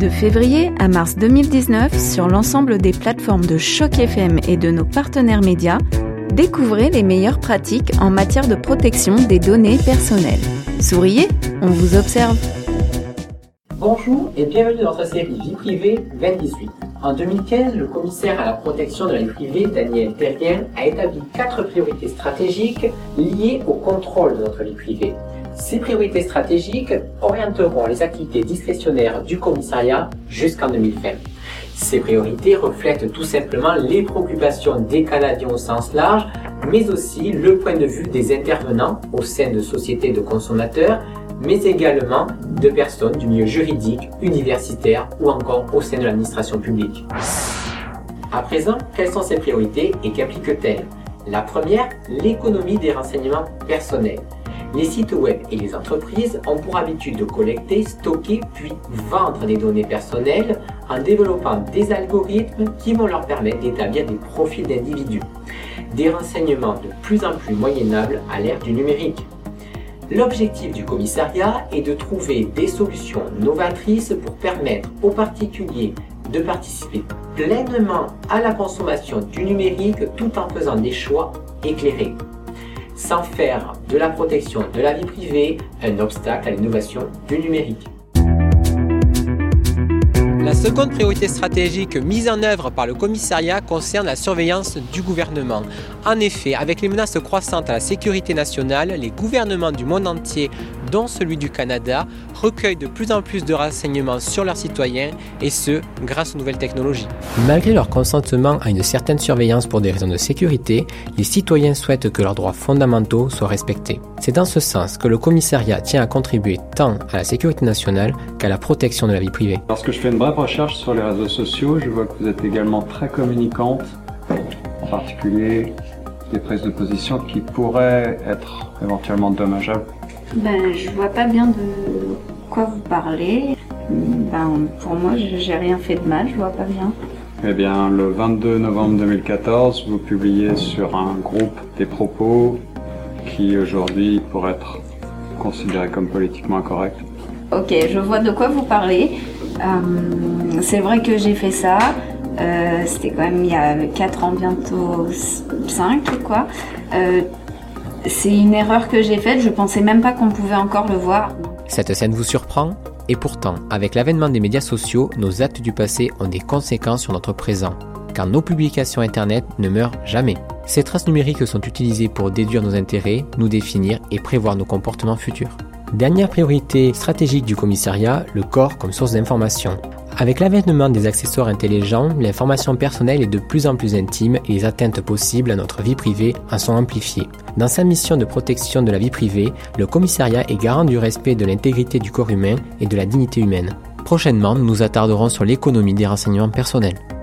De février à mars 2019, sur l'ensemble des plateformes de Choc FM et de nos partenaires médias, découvrez les meilleures pratiques en matière de protection des données personnelles. Souriez, on vous observe. Bonjour et bienvenue dans notre série Vie privée 2018. En 2015, le commissaire à la protection de la vie privée, Daniel Terrien, a établi 4 priorités stratégiques liées au contrôle de notre vie privée. Ces priorités stratégiques orienteront les activités discrétionnaires du commissariat jusqu'en 2020. Ces priorités reflètent tout simplement les préoccupations des Canadiens au sens large, mais aussi le point de vue des intervenants au sein de sociétés de consommateurs, mais également de personnes du milieu juridique, universitaire ou encore au sein de l'administration publique. À présent, quelles sont ces priorités et qu'impliquent-elles ? La première, l'économie des renseignements personnels. Les sites web et les entreprises ont pour habitude de collecter, stocker puis vendre des données personnelles en développant des algorithmes qui vont leur permettre d'établir des profils d'individus. Des renseignements de plus en plus moyennables à l'ère du numérique. L'objectif du commissariat est de trouver des solutions novatrices pour permettre aux particuliers de participer pleinement à la consommation du numérique tout en faisant des choix éclairés, sans faire de la protection de la vie privée un obstacle à l'innovation du numérique. La seconde priorité stratégique mise en œuvre par le commissariat concerne la surveillance du gouvernement. En effet, avec les menaces croissantes à la sécurité nationale, les gouvernements du monde entier, dont celui du Canada, recueillent de plus en plus de renseignements sur leurs citoyens, et ce, grâce aux nouvelles technologies. Malgré leur consentement à une certaine surveillance pour des raisons de sécurité, les citoyens souhaitent que leurs droits fondamentaux soient respectés. C'est dans ce sens que le commissariat tient à contribuer tant à la sécurité nationale qu'à la protection de la vie privée. Lorsque je fais une brève recherche sur les réseaux sociaux, je vois que vous êtes également très communicante, en particulier des prises de position qui pourraient être éventuellement dommageables. Je vois pas bien de quoi vous parlez. Pour moi, j'ai rien fait de mal, je vois pas bien. Eh bien, le 22 novembre 2014, vous publiez sur un groupe des propos qui aujourd'hui pourraient être considérés comme politiquement incorrects. Ok, je vois de quoi vous parlez. C'est vrai que j'ai fait ça. C'était quand même il y a 4 ans, bientôt 5 quoi. C'est une erreur que j'ai faite, je pensais même pas qu'on pouvait encore le voir. Cette scène vous surprend ? Et pourtant, avec l'avènement des médias sociaux, nos actes du passé ont des conséquences sur notre présent, car nos publications internet ne meurent jamais. Ces traces numériques sont utilisées pour déduire nos intérêts, nous définir et prévoir nos comportements futurs. Dernière priorité stratégique du commissariat, le corps comme source d'information. Avec l'avènement des accessoires intelligents, l'information personnelle est de plus en plus intime et les atteintes possibles à notre vie privée en sont amplifiées. Dans sa mission de protection de la vie privée, le commissariat est garant du respect de l'intégrité du corps humain et de la dignité humaine. Prochainement, nous nous attarderons sur l'économie des renseignements personnels.